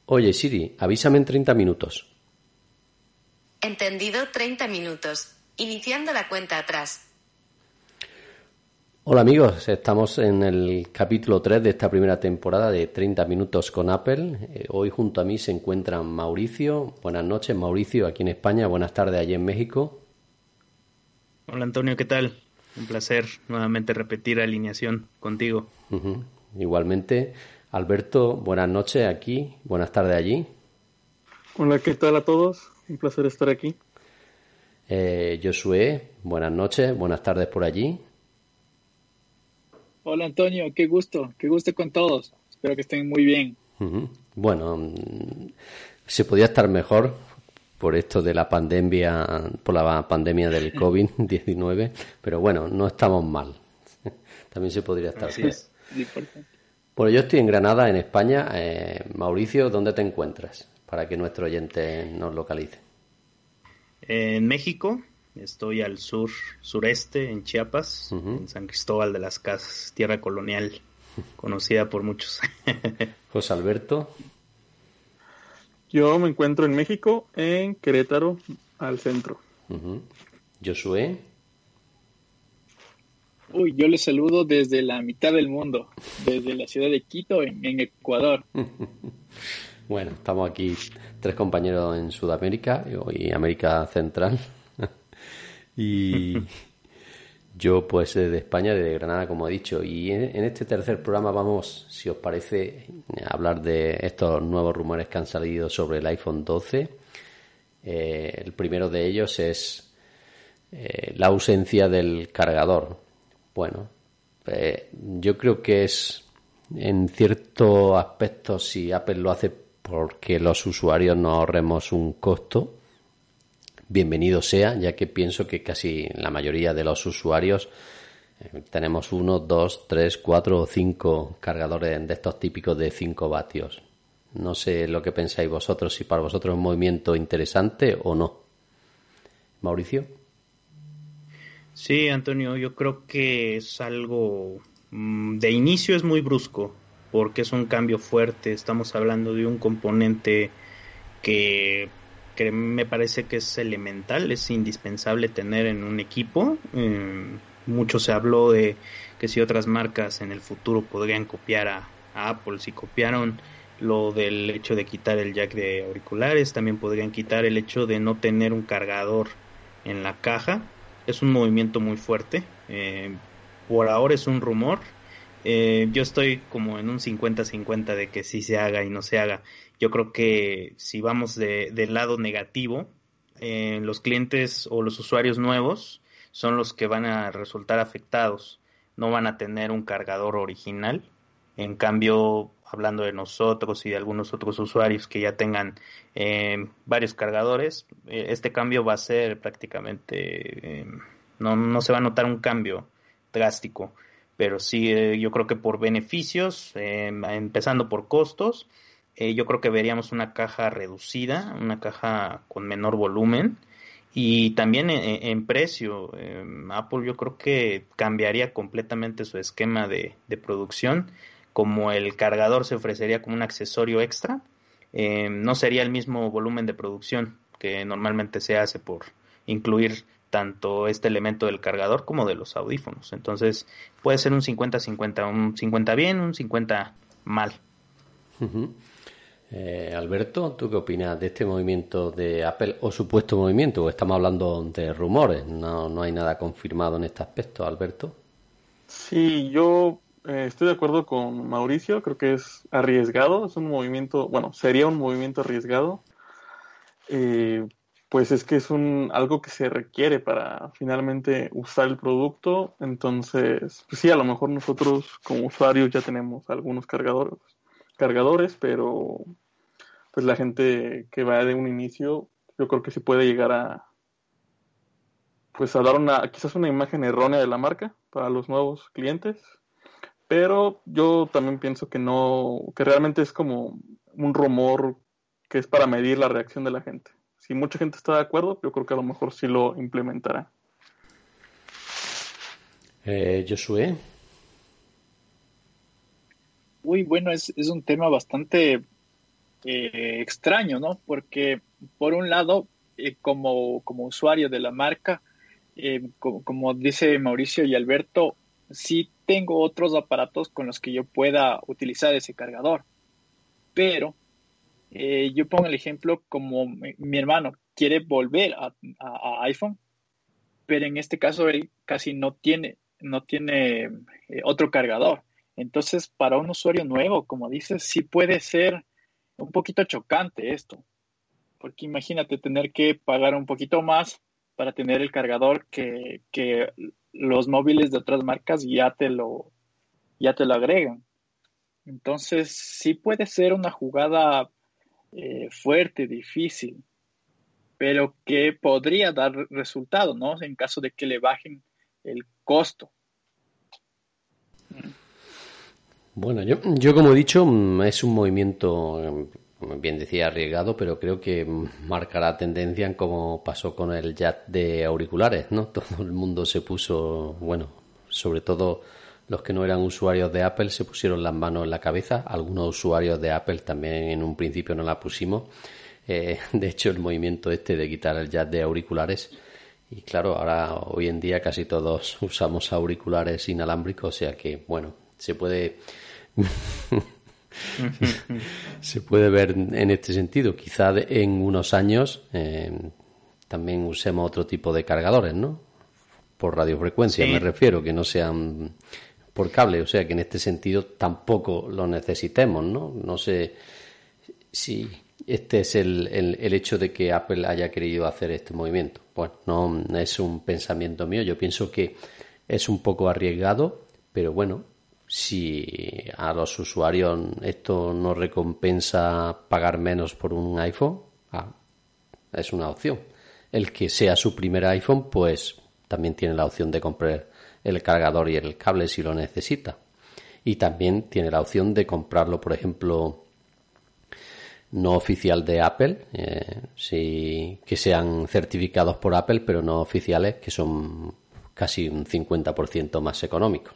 Oye, Siri, avísame en 30 minutos. Entendido, 30 minutos. Iniciando la cuenta atrás. Hola amigos, estamos en el capítulo 3 de esta primera temporada de 30 minutos con Apple. Hoy junto a mí se encuentra Mauricio. Buenas noches, Mauricio, aquí en España. Buenas tardes, allí en México. Hola Antonio, ¿qué tal? Un placer nuevamente repetir alineación contigo. Igualmente, Alberto, buenas noches aquí, buenas tardes allí. Hola, ¿qué tal a todos? Un placer estar aquí. Josué, buenas noches, buenas tardes por allí. Hola Antonio, qué gusto con todos. Espero que estén muy bien. Bueno, se podía estar mejor por esto de la pandemia, por la pandemia del COVID-19, pero bueno, no estamos mal. También se podría estar Así peor. es. Bueno, yo estoy en Granada, en España. Mauricio, ¿dónde te encuentras? Para que nuestro oyente nos localice. En México, estoy al sureste, en Chiapas, en San Cristóbal de las Casas, tierra colonial, conocida por muchos. José Alberto. Yo me encuentro en México, en Querétaro, al centro. Josué. Yo les saludo desde la mitad del mundo, desde la ciudad de Quito, en Ecuador. Bueno, estamos aquí tres compañeros en Sudamérica y América Central. Y yo pues de España, de Granada, como he dicho. Y en este tercer programa vamos, si os parece, a hablar de estos nuevos rumores que han salido sobre el iPhone 12. El primero de ellos es la ausencia del cargador. Bueno, yo creo que es en ciertos aspectos, si Apple lo hace porque los usuarios nos ahorremos un costo, bienvenido sea, ya que pienso que casi la mayoría de los usuarios tenemos 1, 2, 3, 4 o 5 cargadores de estos típicos de 5 vatios. No sé lo que pensáis vosotros, si para vosotros es un movimiento interesante o no. Mauricio. Sí, Antonio, yo creo que es algo, de inicio es muy brusco, porque es un cambio fuerte. Estamos hablando de un componente que me parece que es elemental, es indispensable tener en un equipo. Mucho se habló de que si otras marcas en el futuro podrían copiar a Apple, si copiaron lo del hecho de quitar el jack de auriculares, también podrían quitar el hecho de no tener un cargador en la caja. Es un movimiento muy fuerte. Por ahora es un rumor. Yo estoy como en un 50-50 de que sí se haga y no se haga. Yo creo que si vamos del lado negativo, los clientes o los usuarios nuevos son los que van a resultar afectados. No van a tener un cargador original. En cambio, hablando de nosotros y de algunos otros usuarios que ya tengan varios cargadores, este cambio va a ser prácticamente, no se va a notar un cambio drástico, pero sí yo creo que por beneficios, empezando por costos, yo creo que veríamos una caja reducida, una caja con menor volumen. Y también en precio, Apple yo creo que cambiaría completamente su esquema de producción. Como el cargador se ofrecería como un accesorio extra, no sería el mismo volumen de producción que normalmente se hace por incluir tanto este elemento del cargador como de los audífonos. Entonces puede ser un 50-50, un 50 bien, un 50 mal. Alberto, ¿tú qué opinas de este movimiento de Apple o supuesto movimiento? O estamos hablando de rumores, no hay nada confirmado en este aspecto, Alberto. Sí, yo estoy de acuerdo con Mauricio, creo que es arriesgado, es un movimiento, bueno, sería un movimiento arriesgado, pues es que es algo que se requiere para finalmente usar el producto. Entonces, pues sí, a lo mejor nosotros como usuarios ya tenemos algunos cargadores, pero pues la gente que va de un inicio, yo creo que sí puede llegar a, pues a dar quizás una imagen errónea de la marca para los nuevos clientes. Pero yo también pienso que no, que realmente es como un rumor que es para medir la reacción de la gente. Si mucha gente está de acuerdo, yo creo que a lo mejor sí lo implementará. Josué. Bueno, es un tema bastante extraño, ¿no? Porque por un lado, como usuario de la marca, como dice Mauricio y Alberto, sí tengo otros aparatos con los que yo pueda utilizar ese cargador, pero yo pongo el ejemplo como mi hermano quiere volver a iPhone, pero en este caso él casi no tiene otro cargador. Entonces, para un usuario nuevo, como dices, sí puede ser un poquito chocante esto, porque imagínate tener que pagar un poquito más para tener el cargador que los móviles de otras marcas ya te lo agregan. Entonces, sí puede ser una jugada fuerte, difícil, pero que podría dar resultado, ¿no? En caso de que le bajen el costo. Bueno, yo como he dicho, es un movimiento, bien decía, arriesgado, pero creo que marcará tendencia en como pasó con el jack de auriculares, ¿no? Todo el mundo se puso, bueno, sobre todo los que no eran usuarios de Apple se pusieron las manos en la cabeza. Algunos usuarios de Apple también en un principio no la pusimos. De hecho, el movimiento este de quitar el jack de auriculares, y claro, ahora hoy en día casi todos usamos auriculares inalámbricos, o sea que, bueno, se puede se puede ver en este sentido. Quizá en unos años también usemos otro tipo de cargadores, ¿no? Por radiofrecuencia, sí. Me refiero, que no sean por cable, o sea que en este sentido tampoco lo necesitemos, ¿no? No sé si este es el hecho de que Apple haya querido hacer este movimiento. Bueno, no es un pensamiento mío, yo pienso que es un poco arriesgado, pero bueno, si a los usuarios esto no recompensa pagar menos por un iPhone, es una opción. El que sea su primer iPhone, pues también tiene la opción de comprar el cargador y el cable si lo necesita. Y también tiene la opción de comprarlo, por ejemplo, no oficial de Apple, que sean certificados por Apple, pero no oficiales, que son casi un 50% más económicos.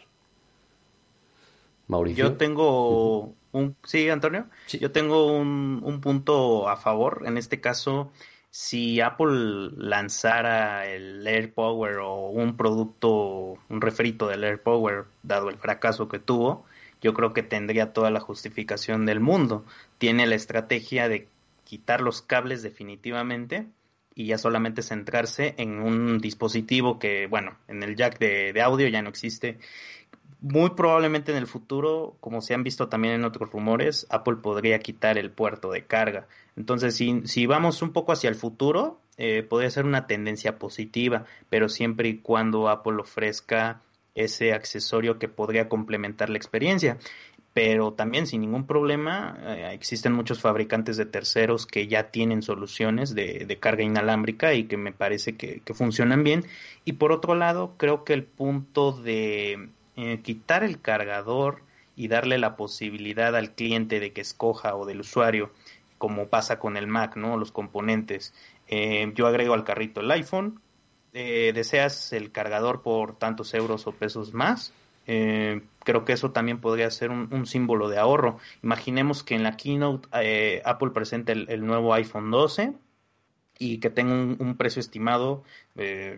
Mauricio. Yo tengo ¿Sí, Antonio? Sí. Yo tengo un punto a favor. En este caso, si Apple lanzara el AirPower o un producto, un refrito del AirPower, dado el fracaso que tuvo, yo creo que tendría toda la justificación del mundo. Tiene la estrategia de quitar los cables definitivamente y ya solamente centrarse en un dispositivo que, bueno, en el jack de audio ya no existe. Muy probablemente en el futuro, como se han visto también en otros rumores, Apple podría quitar el puerto de carga. Entonces, si vamos un poco hacia el futuro, podría ser una tendencia positiva, pero siempre y cuando Apple ofrezca ese accesorio que podría complementar la experiencia. Pero también sin ningún problema, existen muchos fabricantes de terceros que ya tienen soluciones de carga inalámbrica y que me parece que funcionan bien. Y por otro lado, creo que el punto de quitar el cargador y darle la posibilidad al cliente de que escoja o del usuario, como pasa con el Mac, ¿no? Los componentes. Yo agrego al carrito el iPhone, deseas el cargador por tantos euros o pesos más. Creo que eso también podría ser un símbolo de ahorro. Imaginemos que en la keynote Apple presenta el nuevo iPhone 12 y que tenga un precio estimado de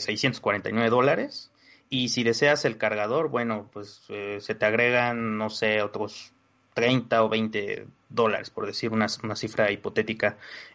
$649. Y si deseas el cargador, bueno, pues se te agregan, no sé, otros $30 o $20, por decir una cifra hipotética,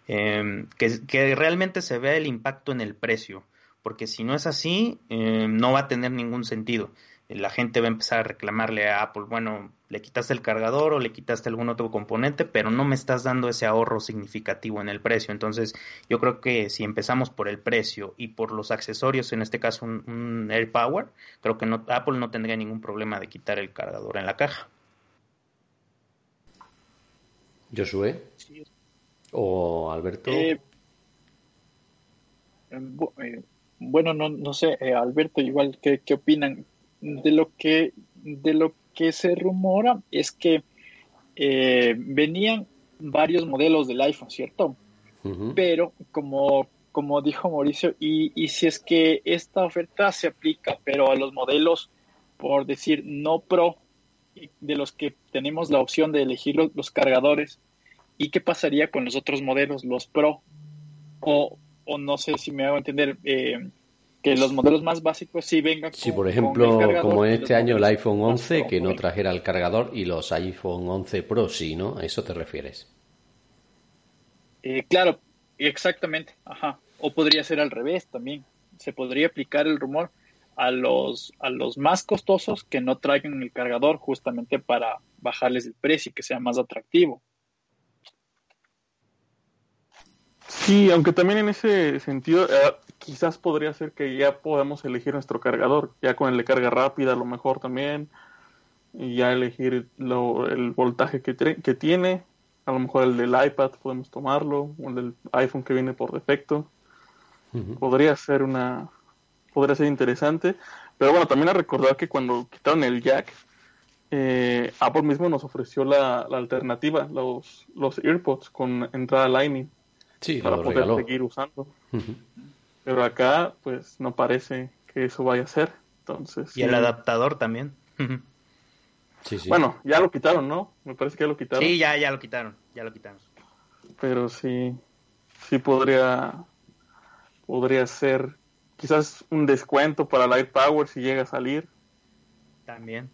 que realmente se vea el impacto en el precio, porque si no es así, no va a tener ningún sentido. La gente va a empezar a reclamarle a Apple, bueno, le quitaste el cargador o le quitaste algún otro componente, pero no me estás dando ese ahorro significativo en el precio. Entonces, yo creo que si empezamos por el precio y por los accesorios, en este caso un AirPower, creo que Apple no tendría ningún problema de quitar el cargador en la caja. Josué. Sí. O Alberto. Bueno, no sé, Alberto, igual, ¿qué opinan? De lo que se rumora es que venían varios modelos del iPhone, ¿cierto? Uh-huh. Pero como dijo Mauricio, y si es que esta oferta se aplica, pero a los modelos, por decir, no Pro, de los que tenemos la opción de elegir los cargadores, ¿Y qué pasaría con los otros modelos, los Pro? O no sé si me hago entender, que los modelos más básicos sí vengan Sí, por con el ejemplo, cargador, como en y los este año el modelos iPhone más 11 Pro, que por no ejemplo. trajera el cargador y los iPhone 11 Pro sí, ¿no? ¿A eso te refieres? Claro, exactamente, ajá. O podría ser al revés también. Se podría aplicar el rumor a los más costosos que no traigan el cargador justamente para bajarles el precio y que sea más atractivo. Sí, aunque también en ese sentido, quizás podría ser que ya podamos elegir nuestro cargador, ya con el de carga rápida a lo mejor también, y ya elegir el voltaje que tiene, a lo mejor el del iPad podemos tomarlo, o el del iPhone que viene por defecto, Ujú. podría ser interesante, pero bueno, también a recordar que cuando quitaron el jack, Apple mismo nos ofreció la alternativa, los AirPods con entrada Lightning Sí, para lo poder regaló. seguir usando. Ujú. Pero acá, pues, no parece que eso vaya a ser. Entonces, Y el sí. adaptador también. Sí, sí. Bueno, ya lo quitaron, ¿no? Me parece que ya lo quitaron. Sí, ya lo quitaron, ya lo quitaron. Pero sí, sí podría ser quizás un descuento para Light Power si llega a salir. También.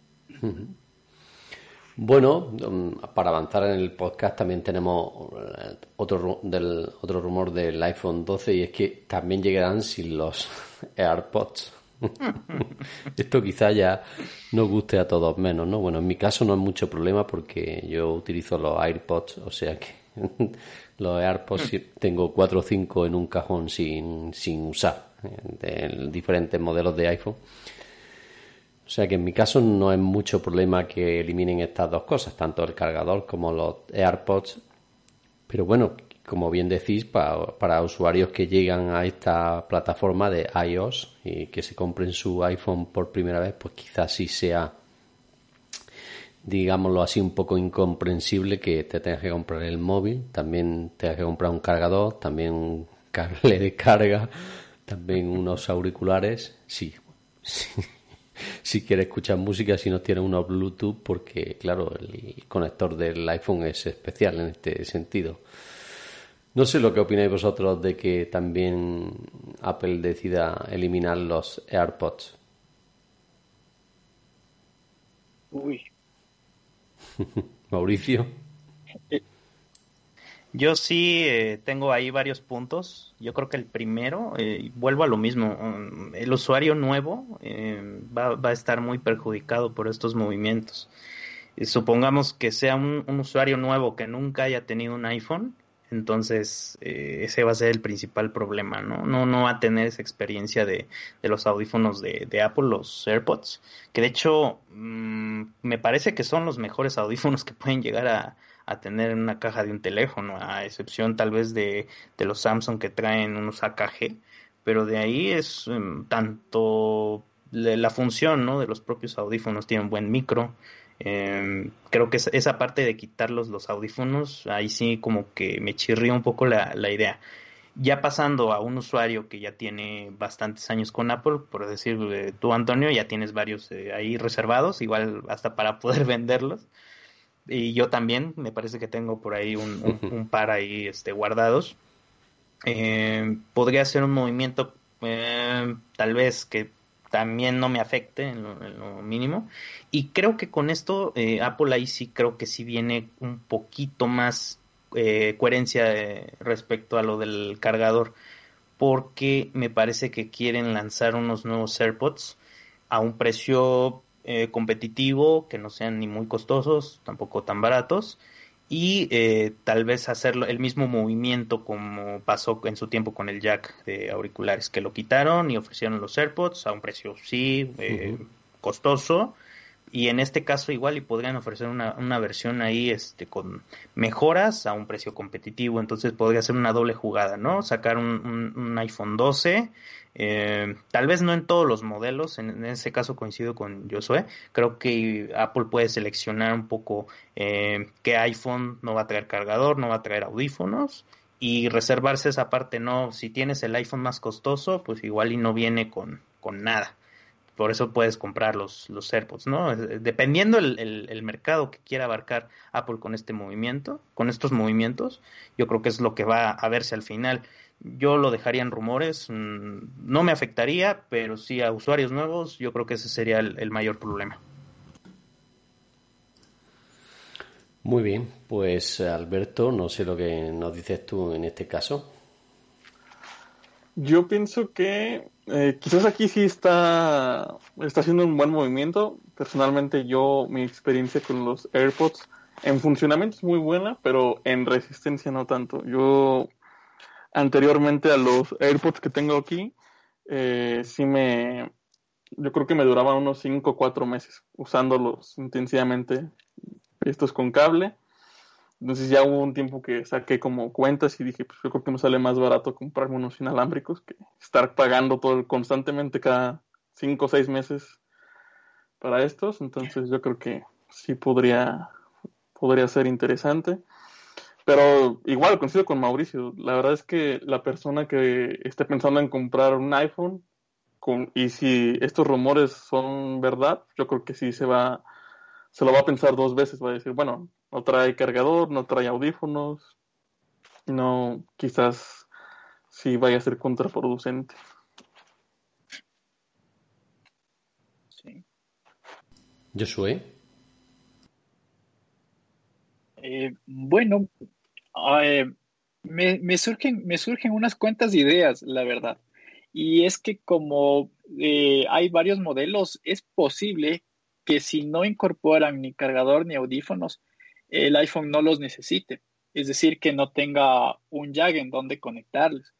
Bueno, para avanzar en el podcast también tenemos otro rumor del iPhone 12 y es que también llegarán sin los AirPods. Esto quizá ya nos guste a todos menos, ¿no? Bueno, en mi caso no es mucho problema porque yo utilizo los AirPods, o sea que los AirPods tengo 4 o 5 en un cajón sin usar, de diferentes modelos de iPhone. O sea que en mi caso no es mucho problema que eliminen estas dos cosas, tanto el cargador como los AirPods. Pero bueno, como bien decís, para usuarios que llegan a esta plataforma de iOS y que se compren su iPhone por primera vez, pues quizás sí sea, digámoslo así, un poco incomprensible que te tengas que comprar el móvil, también tengas que comprar un cargador, también un cable de carga, también unos auriculares. Sí, si quieres escuchar música, si no tienes unos Bluetooth, porque claro, el conector del iPhone es especial en este sentido. No sé lo que opináis vosotros de que también Apple decida eliminar los AirPods. Uy. Mauricio. Yo sí tengo ahí varios puntos. Yo creo que el primero, vuelvo a lo mismo, el usuario nuevo va a estar muy perjudicado por estos movimientos. Supongamos que sea un usuario nuevo que nunca haya tenido un iPhone, entonces ese va a ser el principal problema, ¿no? No va a tener esa experiencia de los audífonos de Apple, los AirPods, que de hecho me parece que son los mejores audífonos que pueden llegar a tener en una caja de un teléfono, a excepción tal vez de los Samsung que traen unos AKG, pero de ahí es tanto la función, ¿no?, de los propios audífonos, tienen buen micro. Creo que esa parte de quitarlos los audífonos, ahí sí como que me chirrió un poco la idea. Ya pasando a un usuario que ya tiene bastantes años con Apple, por decir, tú, Antonio, ya tienes varios ahí reservados, igual hasta para poder venderlos. Y yo también, me parece que tengo por ahí un par ahí guardados. Podría ser un movimiento tal vez que también no me afecte en lo mínimo. Y creo que con esto Apple ahí sí creo que sí viene un poquito más coherencia respecto a lo del cargador, porque me parece que quieren lanzar unos nuevos AirPods a un precio competitivo, que no sean ni muy costosos, tampoco tan baratos, y tal vez hacerlo el mismo movimiento como pasó en su tiempo con el jack de auriculares, que lo quitaron y ofrecieron los AirPods a un precio sí costoso, y en este caso igual y podrían ofrecer una versión ahí con mejoras a un precio competitivo. Entonces podría ser una doble jugada, ¿no? Sacar un iPhone 12, tal vez no en todos los modelos, en ese caso coincido con Josué. Creo que Apple puede seleccionar un poco qué iPhone no va a traer cargador, no va a traer audífonos, y reservarse esa parte. No, si tienes el iPhone más costoso, pues igual y no viene con nada. por eso puedes comprar los AirPods, ¿no? Dependiendo el mercado que quiera abarcar Apple con este movimiento, con estos movimientos, yo creo que es lo que va a verse al final. Yo lo dejaría en rumores, no me afectaría, pero sí a usuarios nuevos, yo creo que ese sería el mayor problema. Muy bien, pues Alberto, no sé lo que nos dices tú en este caso. Yo pienso que quizás aquí sí está haciendo un buen movimiento. Personalmente mi experiencia con los AirPods en funcionamiento es muy buena, pero en resistencia no tanto. Yo anteriormente a los AirPods que tengo aquí, yo creo que me duraban unos 5 o 4 meses usándolos intensivamente, estos con cable. Entonces ya hubo un tiempo que saqué como cuentas y dije, pues yo creo que me sale más barato comprarme unos inalámbricos que estar pagando todo constantemente cada 5 o 6 meses para estos. Entonces yo creo que sí podría ser interesante. Pero igual coincido con Mauricio. La verdad es que la persona que esté pensando en comprar un iPhone, y si estos rumores son verdad, yo creo que sí se lo va a pensar 2 veces. Va a decir, bueno, no trae cargador, no trae audífonos, no, quizás sí vaya a ser contraproducente. Sí. Josué. Bueno, eh, me surgen unas cuantas ideas, la verdad. Y es que como hay varios modelos, es posible que si no incorporan ni cargador ni audífonos, el iPhone no los necesite. Es decir, que no tenga un jack en donde conectarles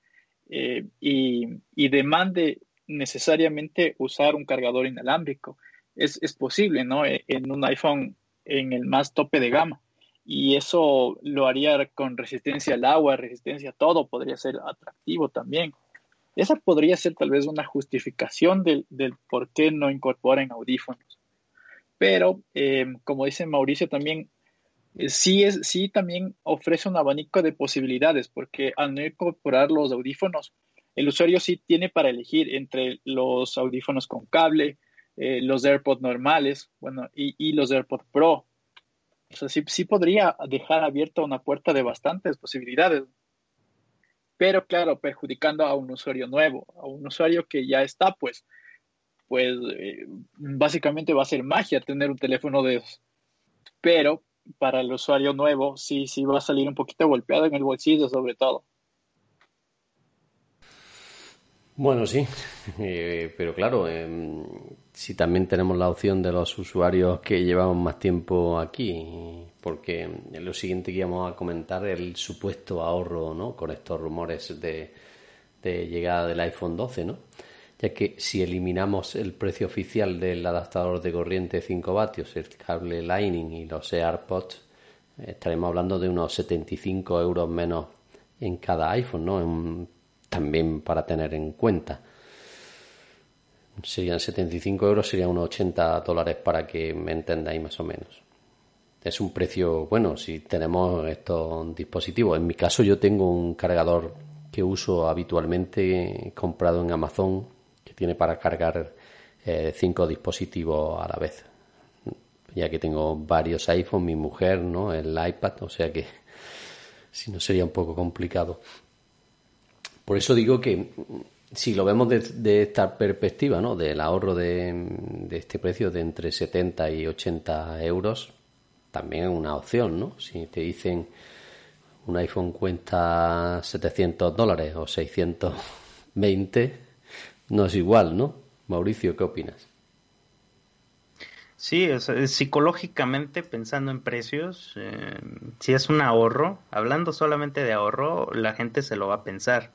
y demande necesariamente usar un cargador inalámbrico. Es posible, ¿no? En un iPhone en el más tope de gama. Y eso lo haría con resistencia al agua, resistencia a todo, podría ser atractivo también. Esa podría ser tal vez una justificación del por qué no incorporan audífonos. Pero, como dice Mauricio también, sí también ofrece un abanico de posibilidades, porque al no incorporar los audífonos, el usuario sí tiene para elegir entre los audífonos con cable, los AirPods normales, bueno, y los AirPods Pro. O sea, sí podría dejar abierta una puerta de bastantes posibilidades, pero claro, perjudicando a un usuario nuevo, a un usuario que ya está, pues básicamente va a ser magia tener un teléfono de esos. Pero para el usuario nuevo sí va a salir un poquito golpeado en el bolsillo sobre todo. Bueno, sí, pero claro, si también tenemos la opción de los usuarios que llevamos más tiempo aquí, porque lo siguiente que íbamos a comentar es el supuesto ahorro, ¿no? Con estos rumores de llegada del iPhone 12, ¿no? Ya que si eliminamos el precio oficial del adaptador de corriente 5 vatios, el cable Lightning y los AirPods, estaremos hablando de unos 75 euros menos en cada iPhone, ¿no? También para tener en cuenta. Serían 75 euros, serían unos $80 para que me entendáis más o menos. Es un precio bueno si tenemos estos dispositivos. En mi caso yo tengo un cargador que uso habitualmente comprado en Amazon que tiene para cargar 5 dispositivos a la vez. Ya que tengo varios iPhones, mi mujer, ¿no? El iPad, o sea que si no sería un poco complicado. Por eso digo que si lo vemos de esta perspectiva, ¿no? Del ahorro de este precio de entre 70 y 80 euros, también es una opción, ¿no? Si te dicen un iPhone cuesta $700 o 620, no es igual, ¿no? Mauricio, ¿qué opinas? Sí, o sea, psicológicamente pensando en precios, si es un ahorro, hablando solamente de ahorro, la gente se lo va a pensar.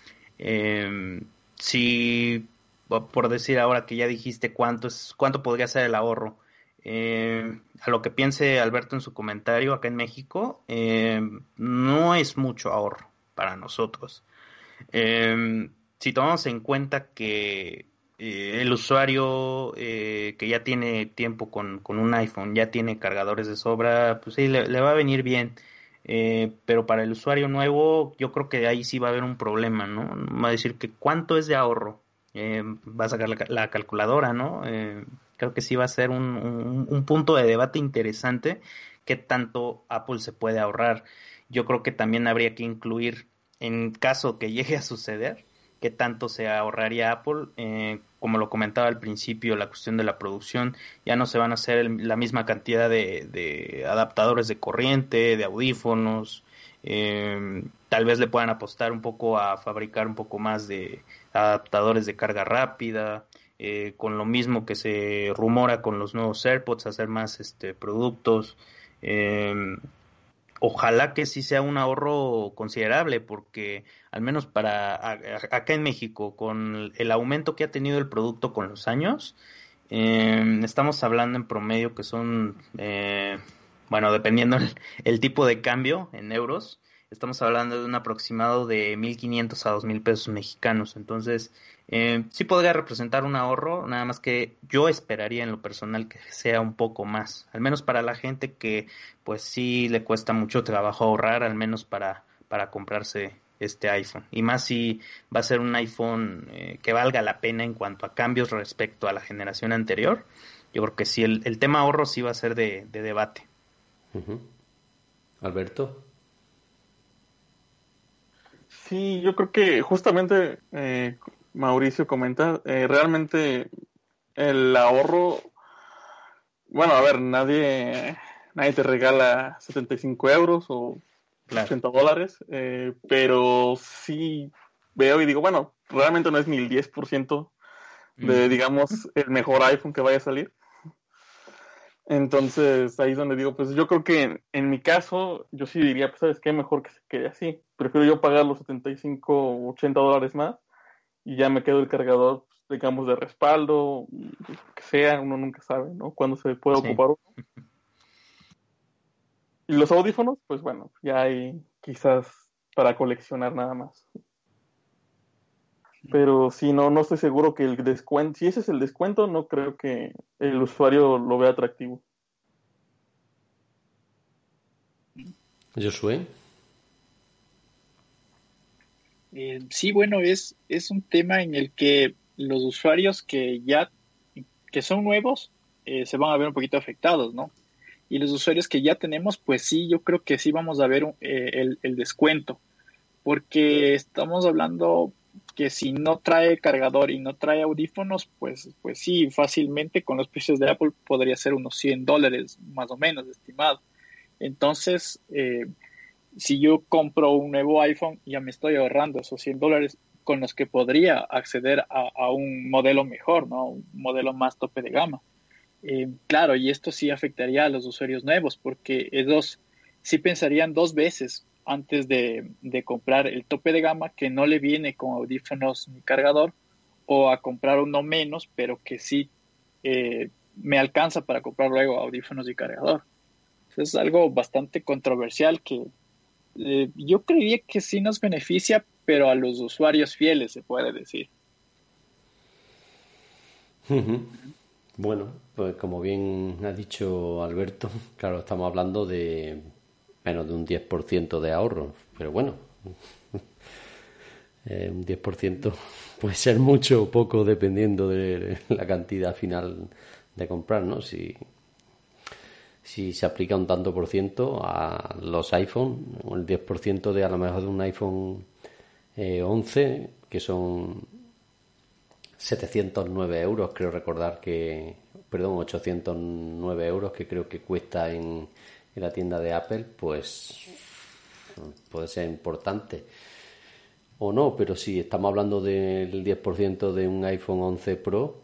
Si, por decir ahora que ya dijiste cuánto podría ser el ahorro, a lo que piense Alberto en su comentario acá en México, no es mucho ahorro para nosotros. Si tomamos en cuenta que el usuario que ya tiene tiempo con un iPhone, ya tiene cargadores de sobra, pues sí, le va a venir bien. Pero para el usuario nuevo, yo creo que ahí sí va a haber un problema, ¿no? Va a decir que cuánto es de ahorro. va a sacar la calculadora, ¿no? Creo que sí va a ser un punto de debate interesante qué tanto Apple se puede ahorrar. Yo creo que también habría que incluir, en caso que llegue a suceder, qué tanto se ahorraría Apple. Como lo comentaba al principio, la cuestión de la producción, ya no se van a hacer la misma cantidad de adaptadores de corriente, de audífonos. Tal vez le puedan apostar un poco a fabricar un poco más de adaptadores de carga rápida, con lo mismo que se rumora con los nuevos AirPods, hacer más productos. Eh, Ojalá que sí sea un ahorro considerable, porque al menos acá en México, con el aumento que ha tenido el producto con los años, estamos hablando en promedio que son, bueno, dependiendo el tipo de cambio en euros, estamos hablando de un aproximado de 1,500 a 2,000 pesos mexicanos. Entonces, sí podría representar un ahorro, nada más que yo esperaría en lo personal que sea un poco más, al menos para la gente que pues sí le cuesta mucho trabajo ahorrar, al menos para comprarse este iPhone. Y más si va a ser un iPhone que valga la pena en cuanto a cambios respecto a la generación anterior. Yo creo que sí, el tema ahorro sí va a ser de debate. Uh-huh. Alberto. Sí, yo creo que justamente Mauricio comenta, realmente el ahorro, bueno, a ver, nadie te regala 75 euros o Claro. 80 dólares, pero sí veo y digo, bueno, realmente no es ni el 10% de, digamos, el mejor iPhone que vaya a salir. Entonces, ahí es donde digo, pues yo creo que en mi caso, yo sí diría, pues sabes qué, mejor que se quede así. Prefiero yo pagar los 75 o 80 dólares más y ya me quedo el cargador, pues, digamos, de respaldo, que sea, uno nunca sabe, ¿no? Cuándo se puede ocupar uno. Y los audífonos, pues bueno, ya hay quizás para coleccionar nada más. Pero si no estoy seguro que el descuento, si ese es el descuento, no creo que el usuario lo vea atractivo. Josué. Sí, bueno, es un tema en el que los usuarios que son nuevos, se van a ver un poquito afectados, ¿no? Y los usuarios que ya tenemos, pues sí, yo creo que sí vamos a ver el descuento, porque estamos hablando que si no trae cargador y no trae audífonos, pues sí, fácilmente con los precios de Apple podría ser unos $100 más o menos estimado. Entonces, si yo compro un nuevo iPhone, ya me estoy ahorrando esos $100 con los que podría acceder a un modelo mejor, ¿no? Un modelo más tope de gama. Claro, y esto sí afectaría a los usuarios nuevos, porque ellos sí pensarían dos veces antes de comprar el tope de gama que no le viene con audífonos ni cargador, o a comprar uno menos, pero que sí me alcanza para comprar luego audífonos y cargador. Es algo bastante controversial que yo creería que sí nos beneficia, pero a los usuarios fieles se puede decir. Uh-huh. Bueno, pues como bien ha dicho Alberto, claro, estamos hablando de menos de un 10% de ahorro, pero bueno, un 10% puede ser mucho o poco dependiendo de la cantidad final de comprar, ¿no? Si se aplica un tanto por ciento a los iPhone, el 10% de a lo mejor de un iPhone 11, que son 709 euros, creo recordar que, perdón, 809 euros que creo que cuesta en la tienda de Apple, pues puede ser importante. O no, pero si estamos hablando del 10% de un iPhone 11 Pro,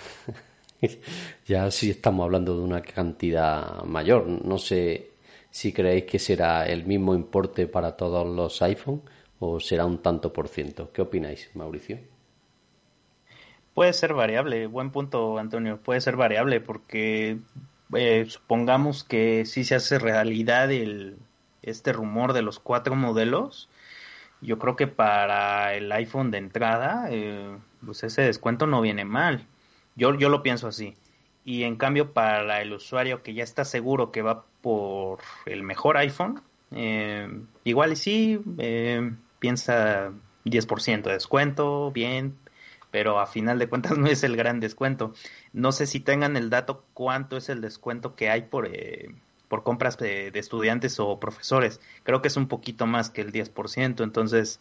ya sí estamos hablando de una cantidad mayor. No sé si creéis que será el mismo importe para todos los iPhone o será un tanto por ciento. ¿Qué opináis, Mauricio? Puede ser variable, buen punto, Antonio, puede ser variable porque supongamos que sí se hace realidad este rumor de los 4 modelos. Yo creo que para el iPhone de entrada, pues ese descuento no viene mal. Yo lo pienso así. Y en cambio, para el usuario que ya está seguro que va por el mejor iPhone, igual y sí, piensa 10% de descuento, bien. pero a final de cuentas no es el gran descuento. No sé si tengan el dato cuánto es el descuento que hay por compras de estudiantes o profesores. Creo que es un poquito más que el 10%, entonces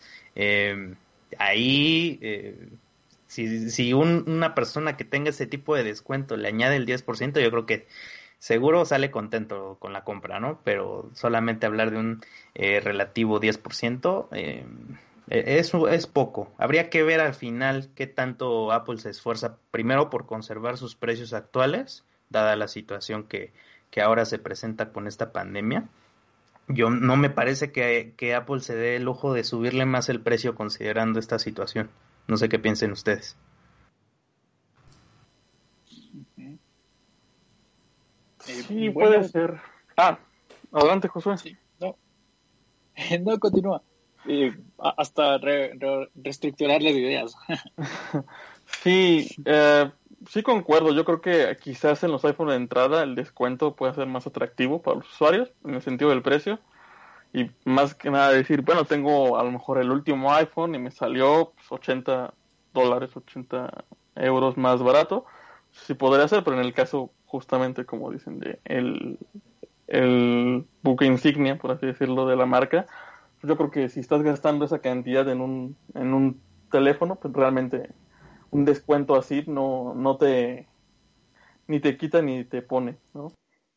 ahí si una persona que tenga ese tipo de descuento le añade el 10%, yo creo que seguro sale contento con la compra, ¿no? Pero solamente hablar de un relativo 10%, eso es poco. Habría que ver al final qué tanto Apple se esfuerza primero por conservar sus precios actuales, dada la situación que ahora se presenta con esta pandemia. Yo no me parece que Apple se dé el lujo de subirle más el precio considerando esta situación. No sé qué piensen ustedes. Sí, Bueno, puede ser. Adelante, Josué. sí, no, no continúa. Hasta reestructurar las ideas. Sí, sí concuerdo. Yo creo que quizás en los iPhone de entrada el descuento puede ser más atractivo para los usuarios en el sentido del precio. Y más que nada decir, bueno, tengo a lo mejor el último iPhone y me salió pues, $80, 80 euros más barato. Sí podría ser, pero en el caso justamente como dicen de el buque insignia, por así decirlo, de la marca, pues yo creo que si estás gastando esa cantidad en un teléfono, pues realmente un descuento así no te ni te quita ni te pone, ¿no?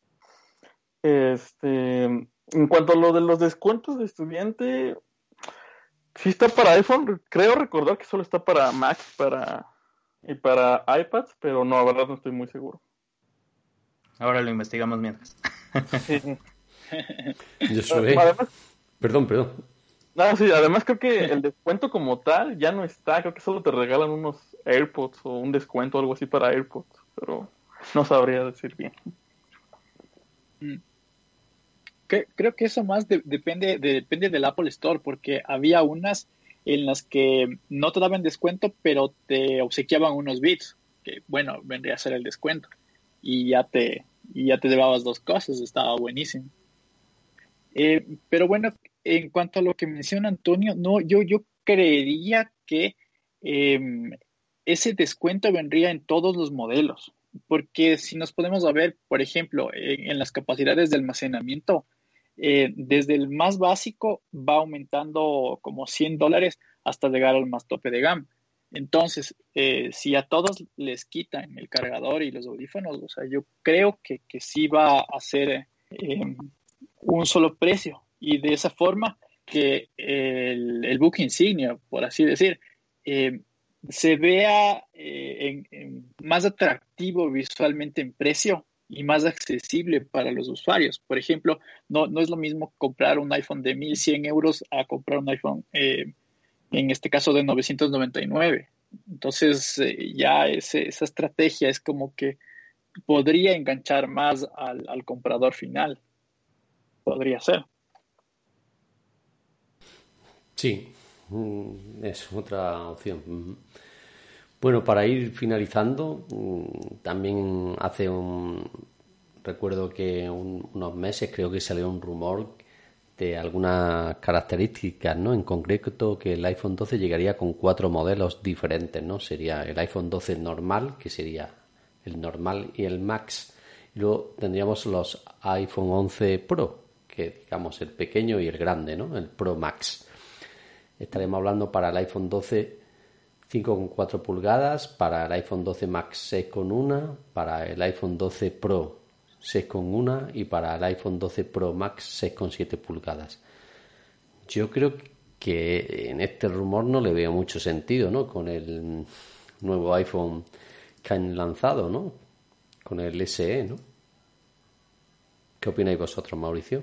En cuanto a lo de los descuentos de estudiante, sí está para iPhone, creo recordar que solo está para Mac y para iPads, pero no, la verdad no estoy muy seguro. Ahora lo investigamos mientras. Sí. Yo soy... Además, Perdón. sí, además creo que el descuento como tal ya no está, creo que solo te regalan unos AirPods o un descuento o algo así para AirPods, pero no sabría decir bien. Creo que eso más depende del Apple Store, porque había unas en las que no te daban descuento, pero te obsequiaban unos bits, que bueno, vendría a ser el descuento. Y ya te llevabas dos cosas, estaba buenísimo. Pero bueno, en cuanto a lo que menciona Antonio, no, yo creería que eh, ese descuento vendría en todos los modelos, porque si nos podemos ver, por ejemplo, en las capacidades de almacenamiento, desde el más básico va aumentando como $100 hasta llegar al más tope de gama. Entonces, si a todos les quitan el cargador y los audífonos, o sea, yo creo que sí va a ser un solo precio y de esa forma que el buque insignia, por así decir, eh, se vea más atractivo visualmente en precio y más accesible para los usuarios. Por ejemplo, no es lo mismo comprar un iPhone de 1.100 € a comprar un iPhone, en este caso, de 999. Entonces, ya esa estrategia es como que podría enganchar más al comprador final. Podría ser. Sí, es otra opción. Bueno, para ir finalizando, también recuerdo que unos meses creo que salió un rumor de algunas características, ¿no? En concreto que el iPhone 12 llegaría con 4 modelos diferentes, ¿no? Sería el iPhone 12 normal, que sería el normal y el Max. Y luego tendríamos los iPhone 11 Pro, que digamos el pequeño y el grande, ¿no? El Pro Max. Estaremos hablando para el iPhone 12 5,4 pulgadas, para el iPhone 12 Max 6,1, para el iPhone 12 Pro 6,1 y para el iPhone 12 Pro Max 6,7 pulgadas. Yo creo que en este rumor no le veo mucho sentido, ¿no? Con el nuevo iPhone que han lanzado, ¿no? Con el SE, ¿no? ¿Qué opináis vosotros, Mauricio?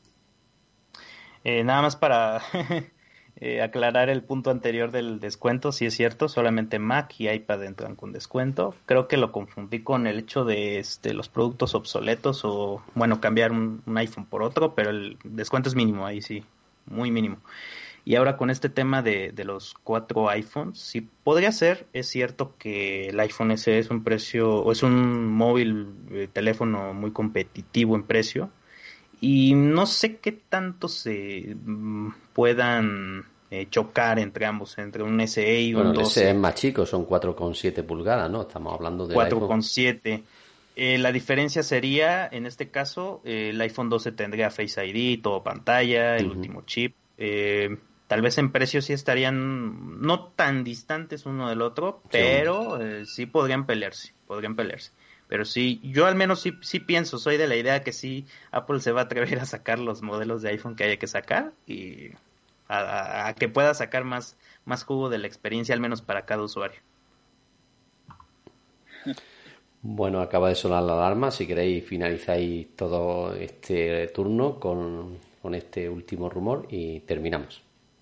Nada más para aclarar el punto anterior del descuento, sí es cierto, solamente Mac y iPad entran con descuento. Creo que lo confundí con el hecho de los productos obsoletos o, bueno, cambiar un iPhone por otro, pero el descuento es mínimo, ahí sí, muy mínimo. Y ahora con este tema de los 4 iPhones, sí podría ser, es cierto que el iPhone SE es un precio, o es un móvil, teléfono muy competitivo en precio, y no sé qué tanto se puedan chocar entre ambos, entre un SE y Bueno, un el SE 12. es más chico, son 4,7 pulgadas, ¿no? Estamos hablando del iPhone. 4,7. La diferencia sería, en este caso, el iPhone 12 tendría Face ID, todo pantalla, el último chip. Tal vez en precio sí estarían no tan distantes uno del otro, pero sí podrían pelearse. Pero sí, yo al menos sí pienso, soy de la idea que sí, Apple se va a atrever a sacar los modelos de iPhone que haya que sacar y a que pueda sacar más jugo de la experiencia, al menos para cada usuario. Bueno, acaba de sonar la alarma. Si queréis, finalizáis todo este turno con este último rumor y terminamos.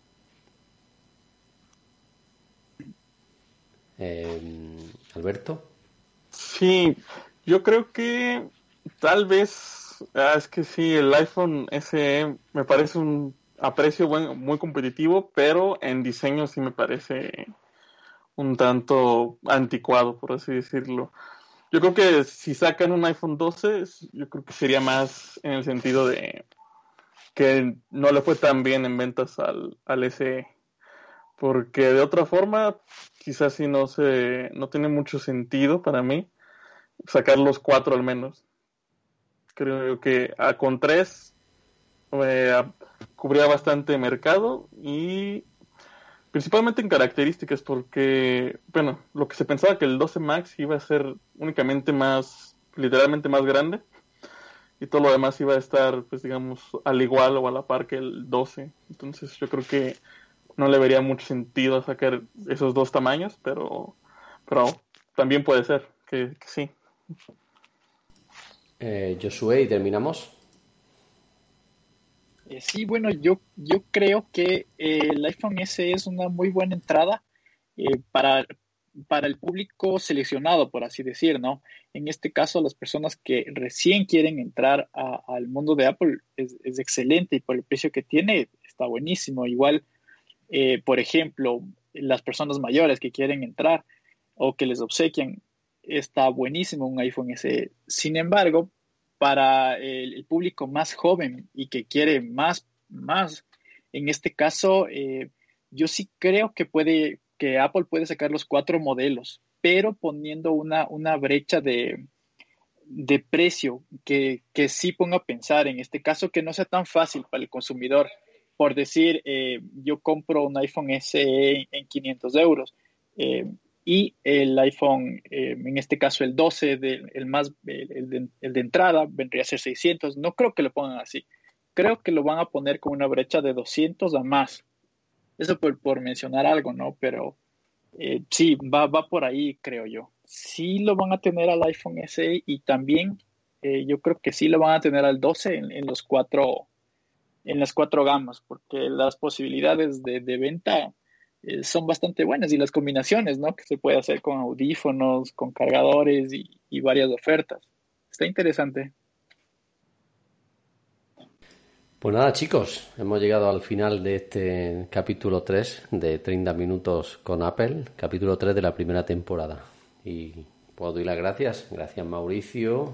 Alberto. Sí, yo creo que tal vez, es que sí, el iPhone SE me parece a precio muy competitivo, pero en diseño sí me parece un tanto anticuado, por así decirlo. Yo creo que si sacan un iPhone 12, yo creo que sería más en el sentido de que no le fue tan bien en ventas al SE. Porque de otra forma, quizás sí no tiene mucho sentido para mí sacar los 4 al menos. Creo que con 3 cubría bastante mercado y principalmente en características porque, bueno, lo que se pensaba que el 12 Max iba a ser únicamente literalmente más grande y todo lo demás iba a estar, pues digamos, al igual o a la par que el 12. Entonces yo creo que no le vería mucho sentido sacar esos dos tamaños, pero también puede ser que sí. Josué, y terminamos. Sí, bueno, yo creo que el iPhone SE es una muy buena entrada para el público seleccionado, por así decir, ¿no? En este caso, las personas que recién quieren entrar al mundo de Apple es excelente y por el precio que tiene está buenísimo. Igual, por ejemplo, las personas mayores que quieren entrar o que les obsequian, está buenísimo un iPhone SE. Sin embargo, para el público más joven y que quiere más, en este caso, yo sí creo que Apple puede sacar los 4 modelos, pero poniendo una brecha de precio que sí ponga a pensar, en este caso, que no sea tan fácil para el consumidor. Por decir, yo compro un iPhone SE en 500 euros y el iPhone, en este caso el 12, el de entrada, vendría a ser 600. No creo que lo pongan así. Creo que lo van a poner con una brecha de 200 a más. Eso por mencionar algo, ¿no? Pero sí, va por ahí, creo yo. Sí lo van a tener al iPhone SE y también yo creo que sí lo van a tener al 12 en las 4 gamas, porque las posibilidades de venta son bastante buenas y las combinaciones, ¿no? Que se puede hacer con audífonos, con cargadores y varias ofertas. Está interesante. Pues nada, chicos, hemos llegado al final de este capítulo 3 de 30 minutos con Apple, capítulo 3 de la primera temporada. Y pues doy las gracias. Gracias, Mauricio.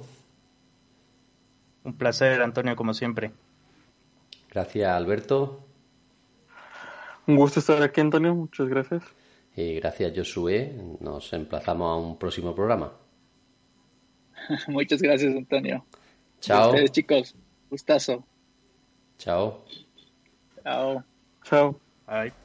Un placer, Antonio, como siempre. Gracias, Alberto. Un gusto estar aquí, Antonio. Muchas gracias. Y gracias, Josué. Nos emplazamos a un próximo programa. Muchas gracias, Antonio. Chao. Y a ustedes, chicos. Gustazo. Chao. Chao. Chao. Bye.